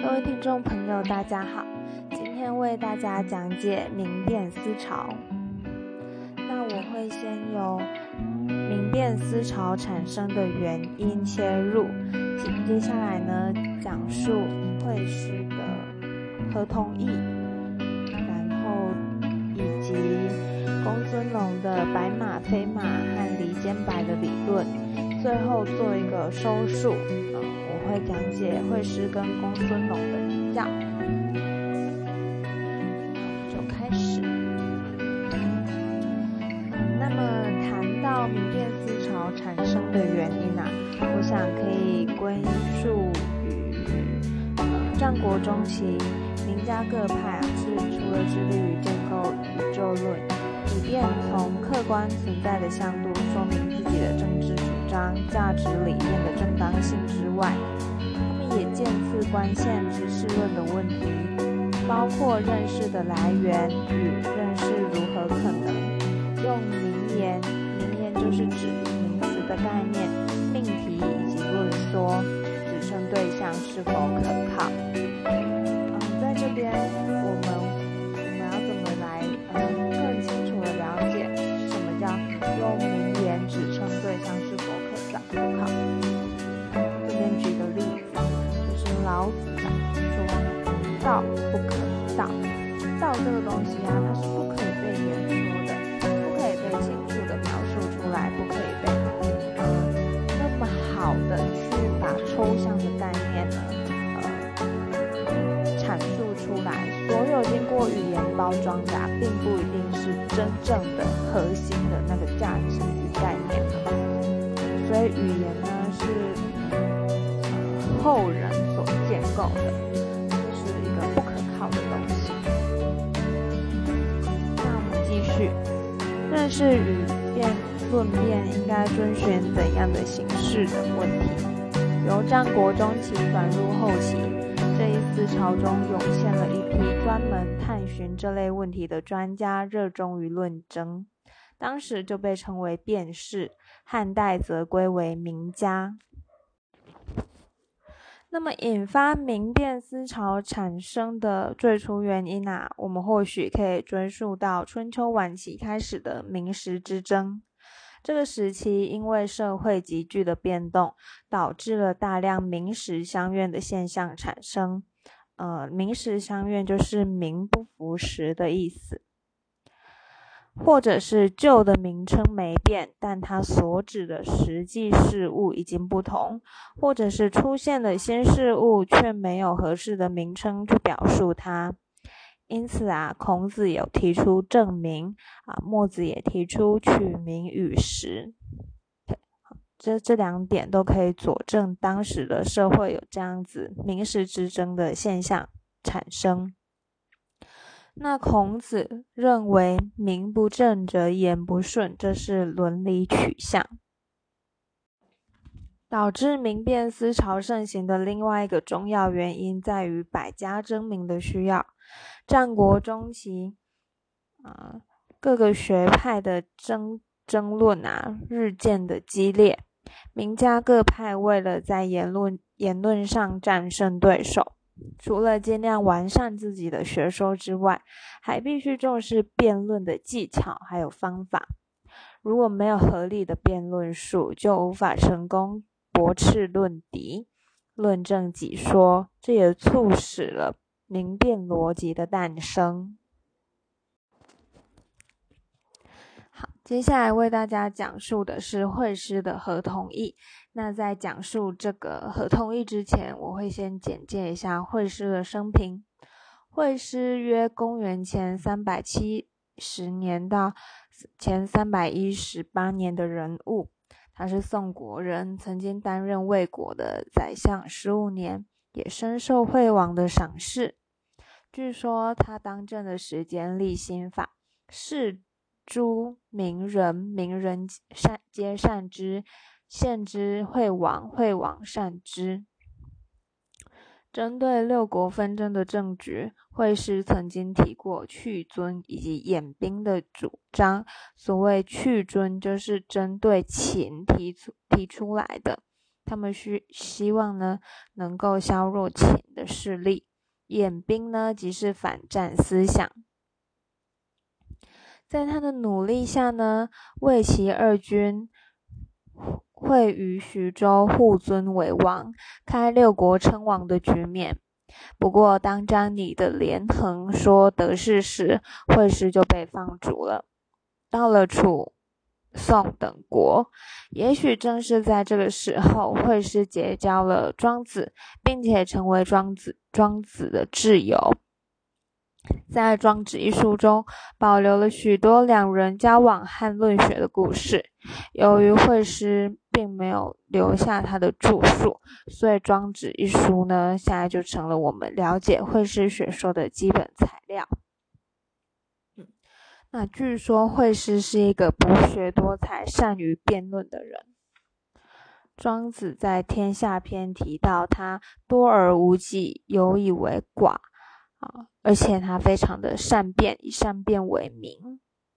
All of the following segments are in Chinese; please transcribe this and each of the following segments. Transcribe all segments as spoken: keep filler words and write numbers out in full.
各位听众朋友大家好，今天为大家讲解民变思潮。那我会先由民变思潮产生的原因切入，接下来呢讲述惠施的合同义，然后以及公孙龙的白马非马和离间白的理论，最后做一个收束。呃、我会讲解惠施跟公孙龙的比较。就开始。嗯，那么谈到民变思潮产生的原因啊，我想可以归述于呃战国中期名家各派啊，是除了致力于建构宇宙论，以便从客观存在的向度说明自己的政治主张、价值理念的正当性之外，他们也渐次关现知识论的问题，包括认识的来源与认识如何可能，用名言，名言就是指名词的概念、命题以及论说，指称对象是否可靠。嗯，在这边我们我们要怎么来嗯更清楚的了解什么叫用名言指称对象是否可可靠？这边举个例子，就是老子啊说道不可道，道这个东西啊，它是不可以被言说的，不可以被清楚的描述出来，不可以被呃那么好的去把抽象的概念呢呃阐述出来。所有经过语言包装的、啊，并不一定是真正的核心的那个价值与概念。所以语言呢是呃后人所建构的，是一个不可靠的东西。那我们继续，认识与辩论辩应该遵循怎样的形式的问题，由战国中期转入后期，这一思潮中涌现了一批专门探寻这类问题的专家，热衷于论争，当时就被称为辩士，汉代则归为名家。那么引发民变思潮产生的最初原因啊，我们或许可以追溯到春秋晚期开始的名实之争。这个时期因为社会急剧的变动，导致了大量名实相怨的现象产生。呃，名实相怨就是名不符实的意思，或者是旧的名称没变，但它所指的实际事物已经不同，或者是出现了新事物却没有合适的名称去表述它。因此啊，孔子有提出正名啊，墨子也提出取名与实。这这两点都可以佐证当时的社会有这样子名实之争的现象产生。那孔子认为名不正则言不顺，这是伦理取向。导致民变思潮盛行的另外一个重要原因在于百家争鸣的需要。战国中期，呃、各个学派的争争论啊日渐的激烈，名家各派为了在言论言论上战胜对手，除了尽量完善自己的学说之外，还必须重视辩论的技巧还有方法。如果没有合理的辩论术，就无法成功驳斥论敌，论证己说，这也促使了民辩逻辑的诞生。好，接下来为大家讲述的是惠施的合同义。那在讲述这个合同义之前，我会先简介一下惠施的生平。惠施约公元前三百七十年到前三百一十八年的人物，他是宋国人，曾经担任魏国的宰相十五年，也深受惠王的赏识。据说他当政的时间立新法，是诸名人，名人善皆善之，献之惠王，惠王善之。针对六国纷争的政局，惠施曾经提过去尊以及演兵的主张。所谓去尊，就是针对秦提出提出来的， 他们需希望呢能够削弱秦的势力，演兵呢即是反战思想。在他的努力下呢，魏齐二军会于徐州互尊为王，开六国称王的局面。不过当张拟的连横说得势时，惠施就被放逐了。到了楚、宋等国，也许正是在这个时候，惠施结交了庄子，并且成为庄子庄子的挚友。在《庄子》一书中保留了许多两人交往和论学的故事。由于惠施并没有留下他的著述，所以《庄子》一书呢，现在就成了我们了解惠施学说的基本材料。嗯，那据说惠施是一个博学多才、善于辩论的人。庄子在《天下篇》提到他多而无几，有以为寡。啊，而且他非常的善辩，以善辩为名。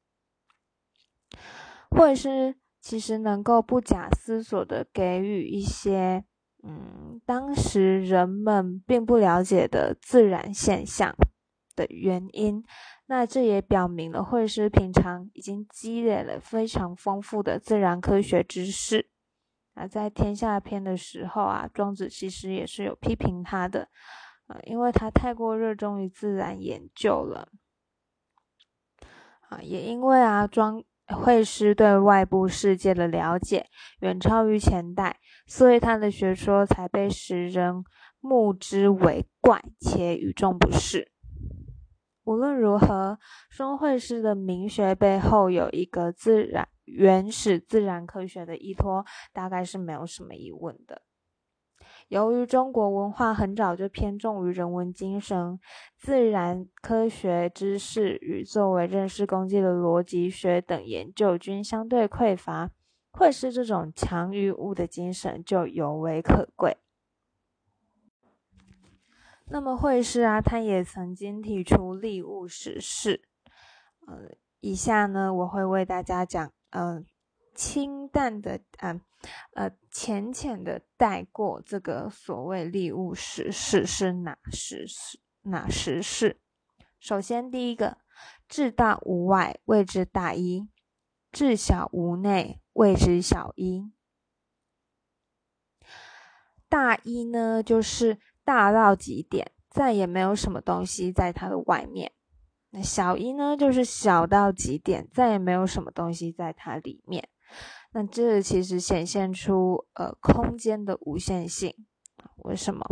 惠施其实能够不假思索的给予一些嗯，当时人们并不了解的自然现象的原因，那这也表明了惠施平常已经积累了非常丰富的自然科学知识。那在《天下篇》的时候啊，庄子其实也是有批评他的。呃、因为他太过热衷于自然研究了，啊，也因为啊庄惠施对外部世界的了解远超于前代，所以他的学说才被时人目之为怪且与众不适。无论如何，说惠施的名学背后有一个自然原始自然科学的依托，大概是没有什么疑问的。由于中国文化很早就偏重于人文精神，自然科学知识与作为认识工具的逻辑学等研究均相对匮乏，惠施这种强于物的精神就尤为可贵。那么惠施啊，他也曾经提出利物实事。呃，以下呢，我会为大家讲，呃，清淡的，呃，呃，浅浅的带过这个所谓利物实事是哪十事哪十事。首先，第一个，至大无外，谓之大一；至小无内，谓之小一。大一呢，就是大到极点，再也没有什么东西在它的外面。那小一呢，就是小到极点，再也没有什么东西在它里面。那这其实显现出呃空间的无限性。为什么？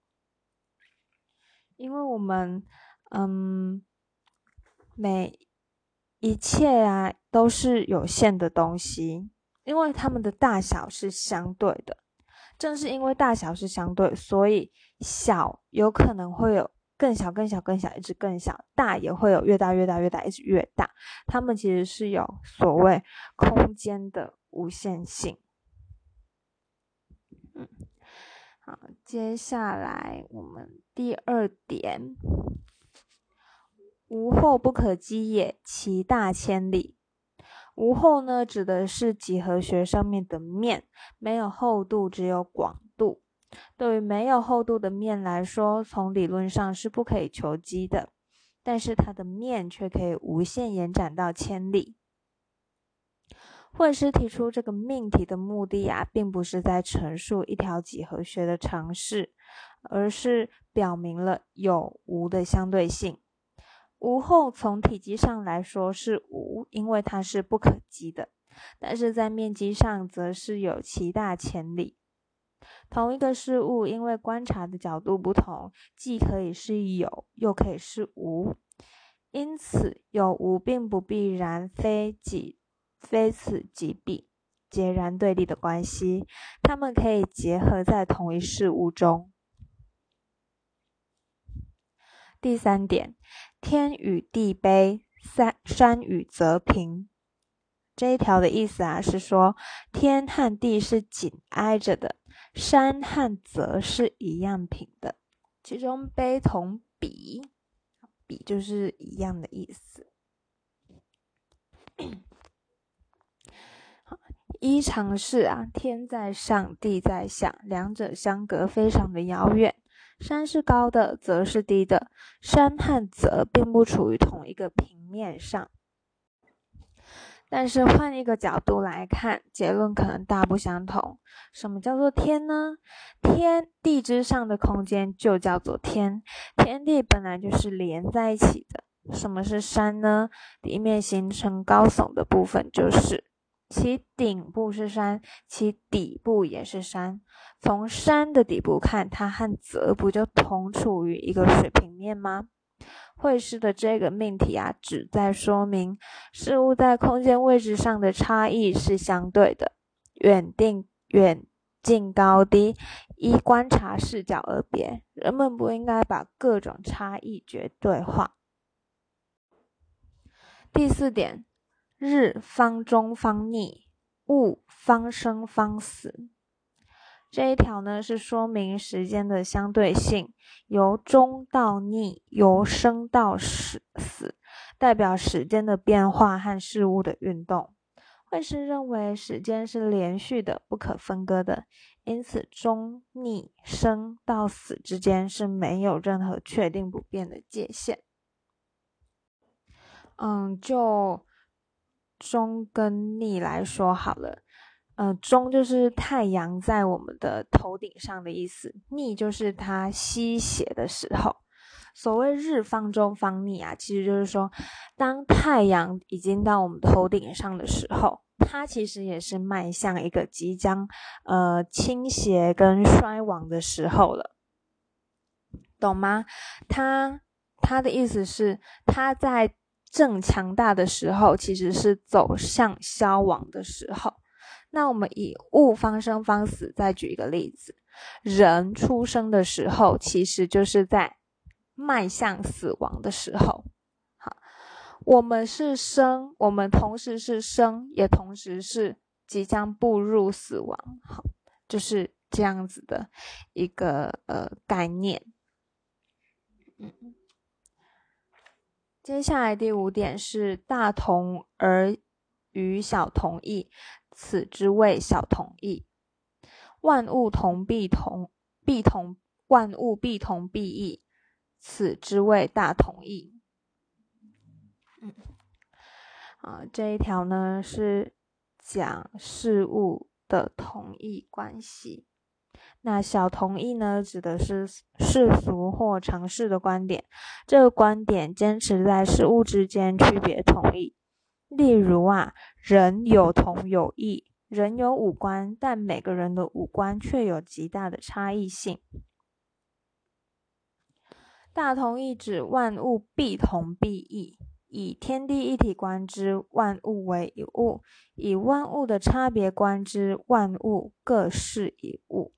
因为我们嗯每一切啊都是有限的东西，因为它们的大小是相对的。正是因为大小是相对，所以小有可能会有更小更小更小一直更小，大也会有越大越大越大一直越大。它们其实是有所谓空间的无限性。嗯，好，接下来我们第二点，无厚不可积也，其大千里。无厚呢，指的是几何学上面的面，没有厚度，只有广度。对于没有厚度的面来说，从理论上是不可以求积的，但是它的面却可以无限延展到千里。惠施提出这个命题的目的啊，并不是在陈述一条几何学的常识，而是表明了有无的相对性。无厚从体积上来说是无，因为它是不可积的，但是在面积上则是有其大千里。同一个事物因为观察的角度不同，既可以是有，又可以是无，因此有无并不必然非己非此即彼，截然对立的关系，它们可以结合在同一事物中。第三点，天与地卑，山与泽平。这一条的意思啊，是说天和地是紧挨着的，山和泽是一样平的。其中卑同比，比就是一样的意思。 依常是啊，天在上，地在下，两者相隔非常的遥远。山是高的，泽是低的，山和泽并不处于同一个平面上。但是换一个角度来看，结论可能大不相同。什么叫做天呢？天，地之上的空间就叫做天，天地本来就是连在一起的。什么是山呢？地面形成高耸的部分就是，其顶部是山，其底部也是山。从山的底部看，它和泽不就同处于一个水平面吗？惠施的这个命题啊，旨在说明事物在空间位置上的差异是相对的，远定远近高低依观察视角而别，人们不应该把各种差异绝对化。第四点，日方中方逆，物方生方死。这一条呢，是说明时间的相对性，由中到逆，由生到死，代表时间的变化和事物的运动。惠施认为时间是连续的，不可分割的，因此中逆生到死之间是没有任何确定不变的界限。嗯，就中跟逆来说好了。呃，中就是太阳在我们的头顶上的意思，逆就是它西斜的时候。所谓日方中方逆啊，其实就是说，当太阳已经到我们头顶上的时候，它其实也是迈向一个即将呃倾斜跟衰亡的时候了，懂吗？它它的意思是，它在正强大的时候，其实是走向消亡的时候。那我们以物方生方死再举一个例子，人出生的时候其实就是在迈向死亡的时候。好，我们是生，我们同时是生，也同时是即将步入死亡。好，就是这样子的一个呃概念。嗯，接下来第五点是大同而与小同异，此之谓小同异。万物同必同，必同万物必同必异，此之谓大同异。嗯，啊，这一条呢是讲事物的同异关系。那小同异呢，指的是世俗或常识的观点。这个观点坚持在事物之间区别同异。例如啊，人有同有异，人有五官，但每个人的五官却有极大的差异性。大同异指万物必同必异，以天地一体观之，万物为一物；以万物的差别观之，万物各是一物。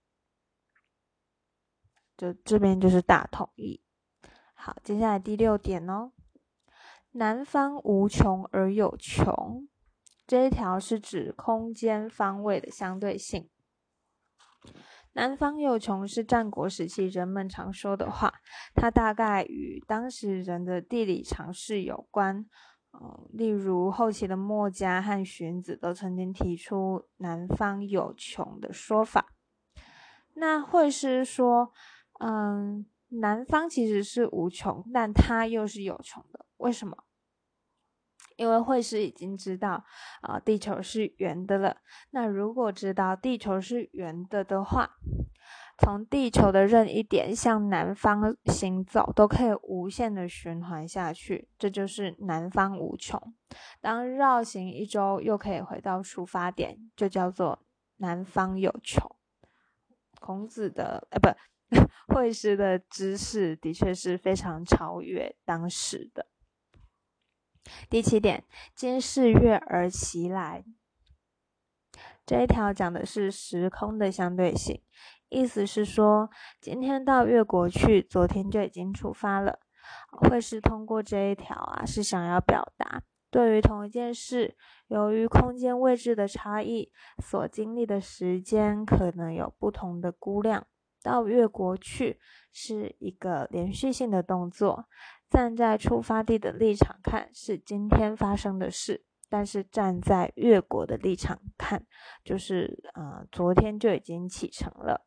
就这边就是大同异。好，接下来第六点哦，南方无穷而有穷。这一条是指空间方位的相对性。南方有穷是战国时期人们常说的话，它大概与当时人的地理常识有关。呃、例如后期的墨家和荀子都曾经提出南方有穷的说法。那惠施说，嗯，南方其实是无穷，但它又是有穷的。为什么？因为惠施已经知道啊、呃，地球是圆的了。那如果知道地球是圆的的话，从地球的任意点向南方行走，都可以无限的循环下去，这就是南方无穷。当绕行一周又可以回到出发点，就叫做南方有穷。孔子的呃不，惠施的知识的确是非常超越当时的。第七点，今是月而其来。这一条讲的是时空的相对性，意思是说，今天到越国去，昨天就已经出发了。惠施通过这一条啊，是想要表达，对于同一件事，由于空间位置的差异，所经历的时间可能有不同的估量。到越国去是一个连续性的动作，站在出发地的立场看，是今天发生的事。 但是站在越国的立场看，就是呃昨天就已经启程了。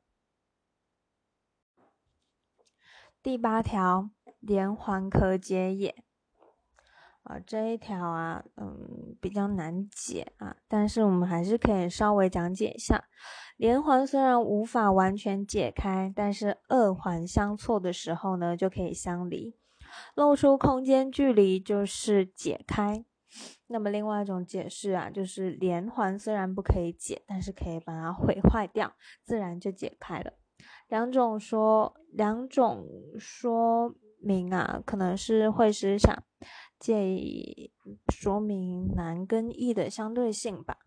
第八条，连环可解也。啊，这一条啊，嗯，比较难解啊，但是我们还是可以稍微讲解一下。连环虽然无法完全解开，但是二环相错的时候呢，就可以相离，露出空间距离就是解开。那么另外一种解释啊，就是连环虽然不可以解，但是可以把它毁坏掉，自然就解开了。两种说，两种说明啊，可能是会师想借以说明难跟易的相对性吧。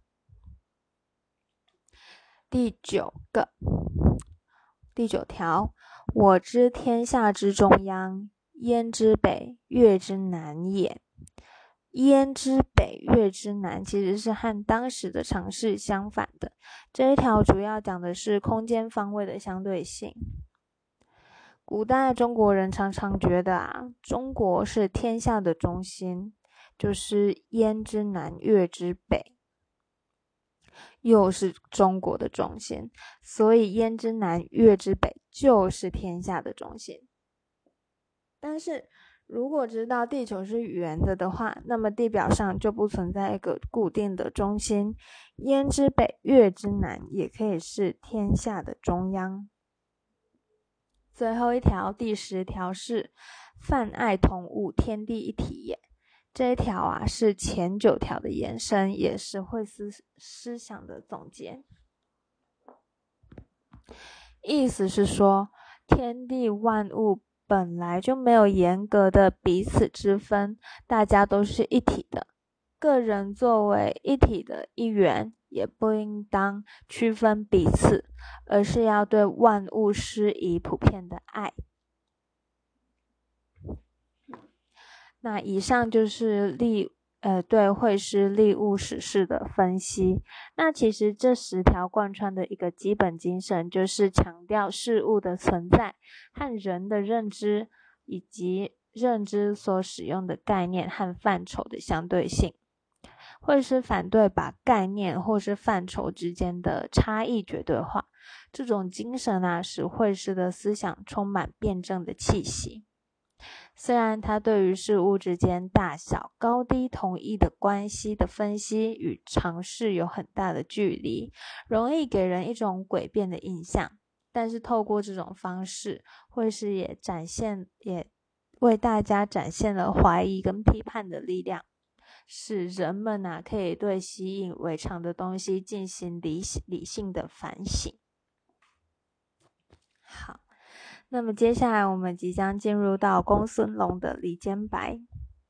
第九个，第九条，我知天下之中央，燕之北，越之南也。燕之北，越之南，其实是和当时的常识相反的。这一条主要讲的是空间方位的相对性。古代中国人常常觉得啊，中国是天下的中心，就是燕之南，越之北，又是中国的中心，所以燕之南，越之北就是天下的中心。但是如果知道地球是圆的的话，那么地表上就不存在一个固定的中心，燕之北，越之南也可以是天下的中央。最后一条，第十条是泛爱同物，天地一体也。这一条啊是前九条的延伸，也是惠思思想的总结。意思是说，天地万物本来就没有严格的彼此之分，大家都是一体的。个人作为一体的一员，也不应当区分彼此，而是要对万物施以普遍的爱。那以上就是立呃对惠施立物史事的分析。那其实这十条贯穿的一个基本精神，就是强调事物的存在和人的认知，以及认知所使用的概念和范畴的相对性。惠施反对把概念或是范畴之间的差异绝对化，这种精神啊，使惠施的思想充满辩证的气息。虽然他对于事物之间大小、高低、同义的关系的分析与常识有很大的距离，容易给人一种诡辩的印象，但是透过这种方式，惠施也展现，也为大家展现了怀疑跟批判的力量，使人们啊可以对习以为常的东西进行理理性的反省。好。那么接下来我们即将进入到公孙龙的离间白。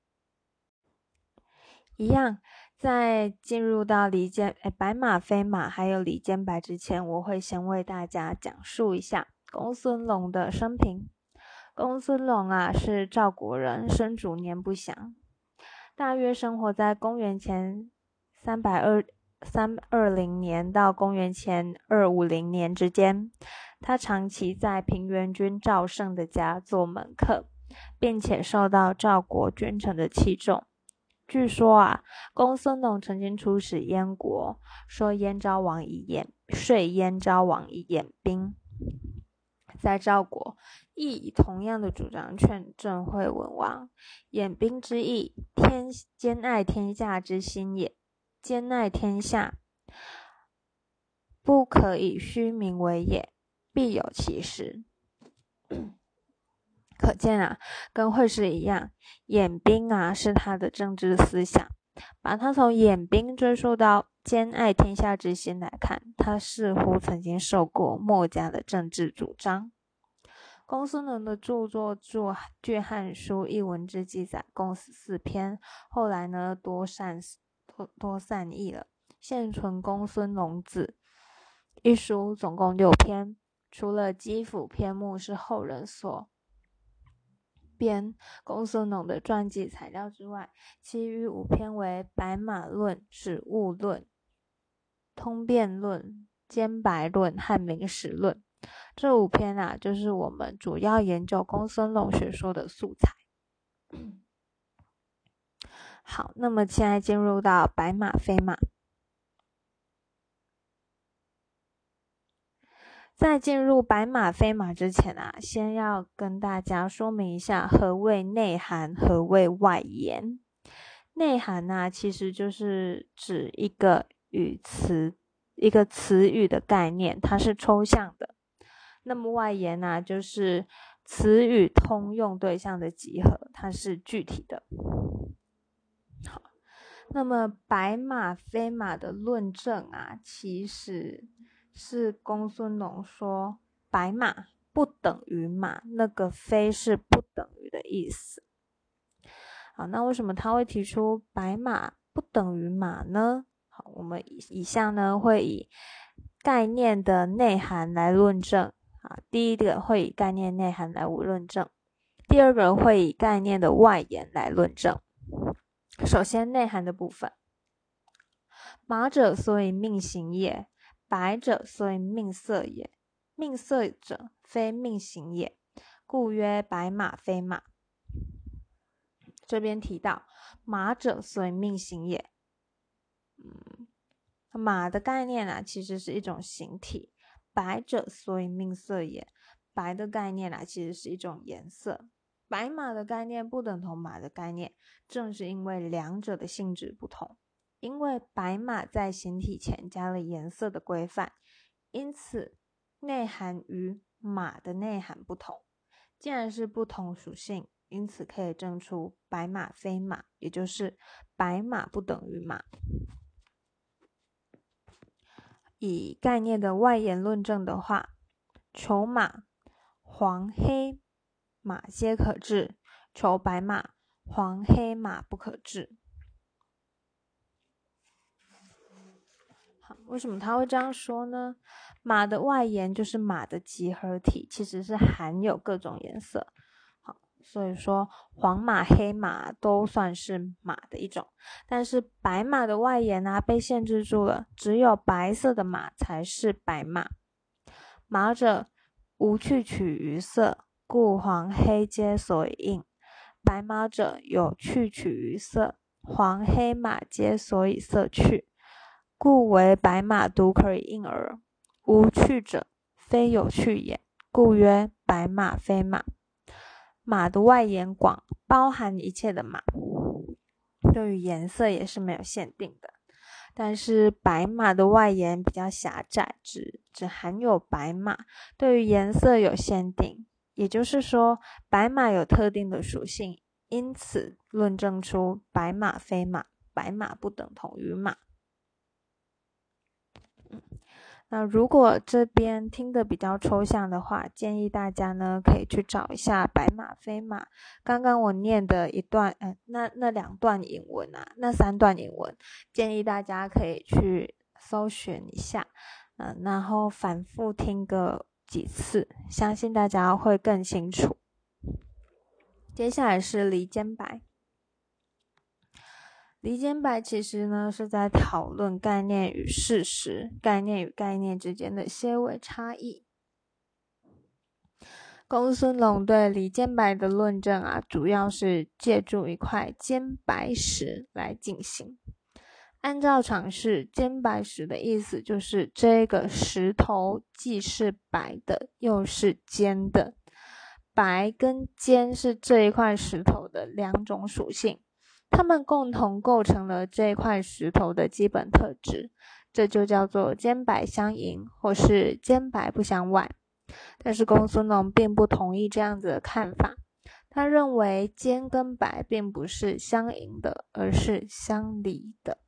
一样，在进入到离间诶白马非马还有离间白之前，我会先为大家讲述一下公孙龙的生平。公孙龙啊是赵国人，生卒年不详，大约生活在公元前三百二十年到公元前二百五十年之间。他长期在平原君赵胜的家做门客，并且受到赵国君臣的器重。据说啊，公孙龙曾经出使燕国，说燕昭王以演说燕昭王以演兵。在赵国，亦以同样的主张劝郑惠文王。演兵之意，天兼爱天下之心也。兼爱天下，不可以虚名为也。必有其实。可见啊，跟惠施一样，演兵啊是他的政治思想。把他从演兵追溯到兼爱天下之心来看，他似乎曾经受过墨家的政治主张。公孙龙的著作《据汉书》一文之记载共十四篇，后来呢多散多多散佚了。现存《公孙龙志》一书总共六篇。除了基辅篇目是后人所编公孙龙的传记材料之外，其余五篇为白马论、止物论、通辩论、兼白论和明史论。这五篇啊，就是我们主要研究公孙龙学说的素材。 好，那么现在进入到白马非马。在进入白马非马之前啊，先要跟大家说明一下何谓内涵，何谓外延。内涵啊，其实就是指一个语词、一个词语的概念，它是抽象的。那么外延啊，就是词语通用对象的集合，它是具体的。好，那么白马非马的论证啊，其实是公孙龙说白马不等于马，那个非是不等于的意思。好，那为什么他会提出白马不等于马呢？好，我们以下呢会以概念的内涵来论证。啊，第一个会以概念内涵来论证，第二个会以概念的外延来论证。首先内涵的部分，马者所以命形也，白者所以命色也，命色者非命形也，故曰白马非马。这边提到马者所以命形也，嗯，马的概念啊，其实是一种形体。白者所以命色也，白的概念啊，其实是一种颜色。白马的概念不等同马的概念，正是因为两者的性质不同。因为白马在形体前加了颜色的规范，因此内涵与马的内涵不同。既然是不同属性，因此可以证出白马非马，也就是白马不等于马。以概念的外延论证的话，求马黄黑马皆可治，求白马黄黑马不可治。好，为什么他会这样说呢？马的外延就是马的集合体，其实是含有各种颜色。好，所以说黄马黑马都算是马的一种，但是白马的外延啊被限制住了，只有白色的马才是白马。马者无去取于色，故黄黑皆所以应；白马者有去取于色，黄黑马皆所以色去，故为白马独可以应耳。无去者非有去也，故曰白马非马。马的外延广，包含一切的马，对于颜色也是没有限定的。但是白马的外延比较狭窄，只只含有白马，对于颜色有限定。也就是说，白马有特定的属性，因此论证出白马非马，白马不等同于马。嗯那如果这边听得比较抽象的话，建议大家呢可以去找一下白马非马。刚刚我念的一段，呃，那那两段引文啊，那三段引文，建议大家可以去搜寻一下，嗯、呃，然后反复听个几次，相信大家会更清楚。接下来是离间白。离间白其实呢是在讨论概念与事实、概念与概念之间的些微差异。公孙龙对离间白的论证啊，主要是借助一块间白石来进行。按照常识，间白石的意思就是这个石头既是白的，又是尖的。白跟尖是这一块石头的两种属性，它们共同构成了这块石头的基本特质，这就叫做间白相迎，或是间白不相外。但是公孙龙并不同意这样子的看法，他认为间跟白并不是相迎的，而是相离的。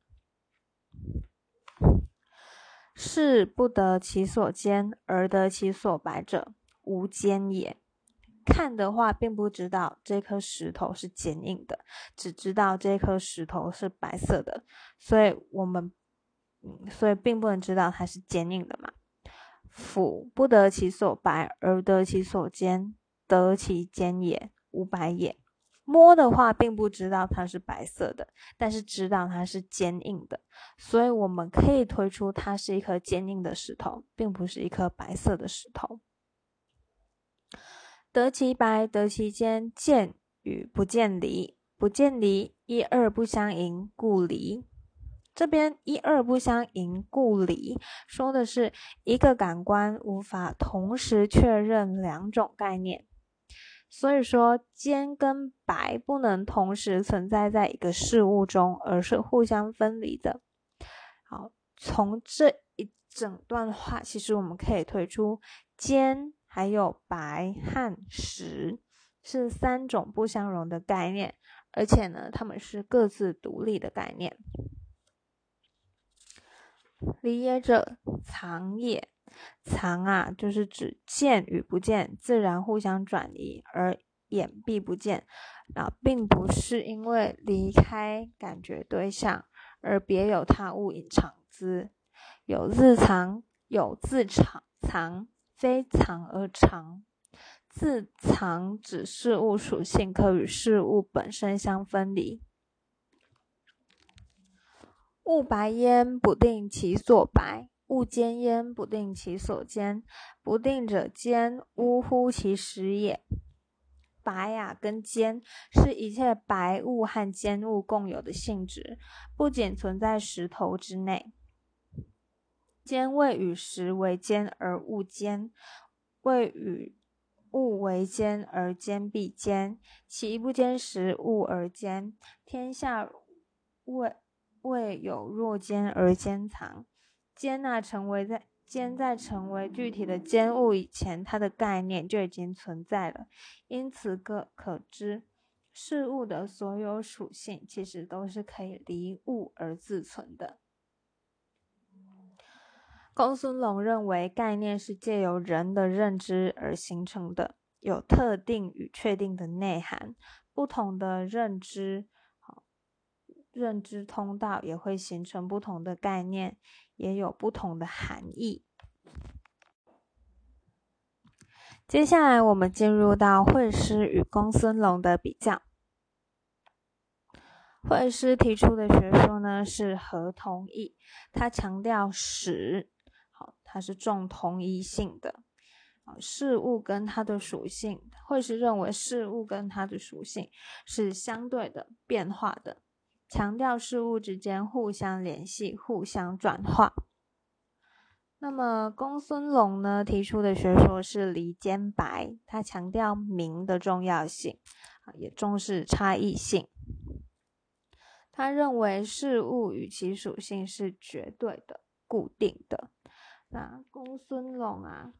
是不得其所间而得其所白者，无间也。看的话并不知道这颗石头是坚硬的，只知道这颗石头是白色的，所以我们、嗯、所以并不能知道它是坚硬的嘛。夫不得其所白而得其所坚，得其坚也，无白也。摸的话并不知道它是白色的，但是知道它是坚硬的，所以我们可以推出它是一颗坚硬的石头，并不是一颗白色的石头。得其白得其坚，见与不见离， 不见离，一二不相迎，故离。这边一二不相迎，故离，说的是一个感官无法同时确认两种概念，所以说尖跟白不能同时存在在一个事物中，而是互相分离的。好，从这一整段话，其实我们可以推出尖还有白和实是三种不相容的概念，而且呢，它们是各自独立的概念。离也者，藏也。藏啊，就是指见与不见自然互相转移而掩蔽不见，啊，并不是因为离开感觉对象而别有他物隐藏之。有自藏，有自藏，藏非藏而藏。自藏指事物属性可与事物本身相分离。物白焉，不定其所白；物坚焉，不定其所坚。不定者坚，呜呼其实也。白啊跟坚是一切白物和坚物共有的性质，不仅存在石头之内。坚谓与石为坚而物坚，谓与物为坚而坚必坚，其不坚实物而坚。天下未未有若坚而坚藏。坚啊成为在坚在成为具体的坚物以前，它的概念就已经存在了，因此可可知事物的所有属性其实都是可以离物而自存的。公孙龙认为概念是借由人的认知而形成的，有特定与确定的内涵，不同的认知认知通道也会形成不同的概念，也有不同的含义。接下来我们进入到惠施与公孙龙的比较。惠施提出的学说呢是合同义，他强调实，好，它是重同一性的。事物跟它的属性，惠施认为事物跟它的属性是相对的、变化的，强调事物之间互相联系、互相转化。那么公孙龙呢提出的学说是离间白，他强调名的重要性，也重视差异性。他认为事物与其属性是绝对的、固定的。那公孙龙啊，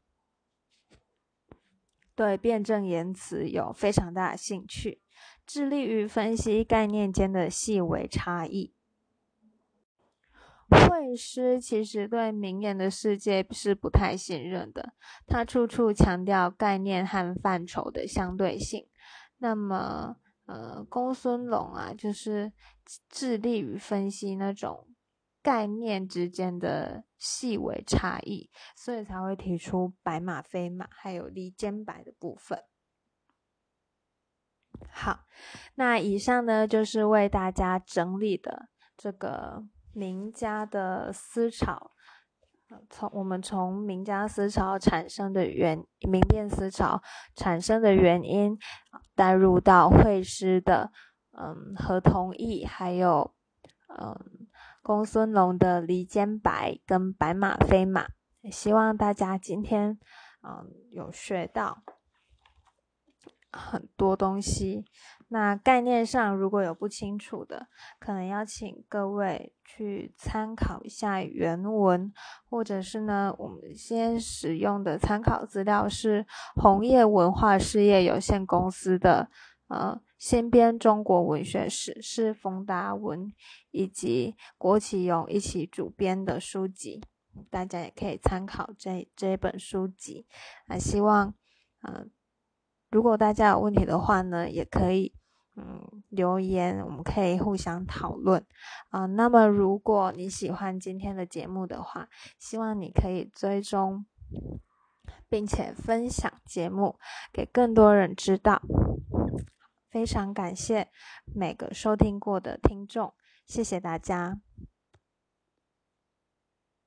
对辩证言辞有非常大的兴趣，致力于分析概念间的细微差异。惠施其实对名言的世界是不太信任的，他处处强调概念和范畴的相对性。那么呃，公孙龙啊，就是致力于分析那种概念之间的细微差异，所以才会提出白马非马还有离间白的部分。好，那以上呢就是为大家整理的这个名家的思潮，从我们从名家思潮产生的原明辨思潮产生的原因，带入到惠施的嗯合同义，还有嗯公孙龙的离间白跟白马非马。希望大家今天嗯有学到很多东西。那概念上如果有不清楚的，可能要请各位去参考一下原文，或者是呢我们先使用的参考资料是红叶文化事业有限公司的呃先编中国文学史，是冯达文以及郭启勇一起主编的书籍，大家也可以参考这这本书籍。啊，希望呃如果大家有问题的话呢，也可以嗯留言，我们可以互相讨论啊、呃。那么如果你喜欢今天的节目的话，希望你可以追踪并且分享节目给更多人知道。非常感谢每个收听过的听众，谢谢大家。